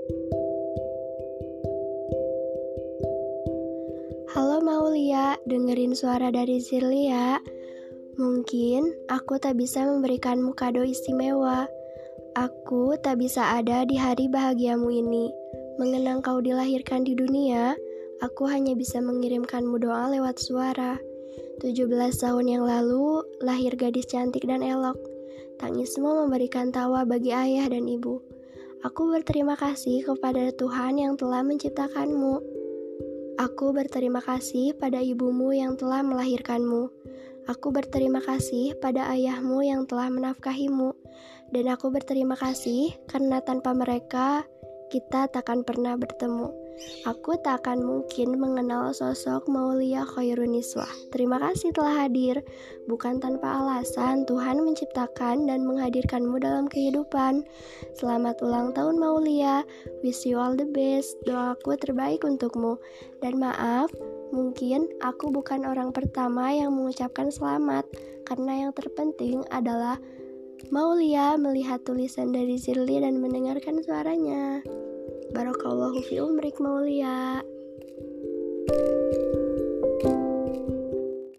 Halo Maulia, dengerin suara dari Zirli ya. Mungkin aku tak bisa memberikanmu kado istimewa. Aku tak bisa ada di hari bahagiamu ini. Mengenang kau dilahirkan di dunia, aku hanya bisa mengirimkanmu doa lewat suara. 17 tahun yang lalu, lahir gadis cantik dan elok. Tangismu memberikan tawa bagi ayah dan ibu. Aku berterima kasih kepada Tuhan yang telah menciptakanmu. Aku berterima kasih pada ibumu yang telah melahirkanmu. Aku berterima kasih pada ayahmu yang telah menafkahimu. Dan aku berterima kasih karena tanpa mereka, kita takkan pernah bertemu. Aku tak akan mungkin mengenal sosok Maulia Khairuniswah. Terima kasih telah hadir. Bukan tanpa alasan Tuhan menciptakan dan menghadirkanmu dalam kehidupan. Selamat ulang tahun Maulia. Wish you all the best. Doaku terbaik untukmu. Dan maaf, mungkin aku bukan orang pertama yang mengucapkan selamat, karena yang terpenting adalah Maulia melihat tulisan dari Zirli dan mendengarkan suaranya. Barakallahu fi umrik Maulia.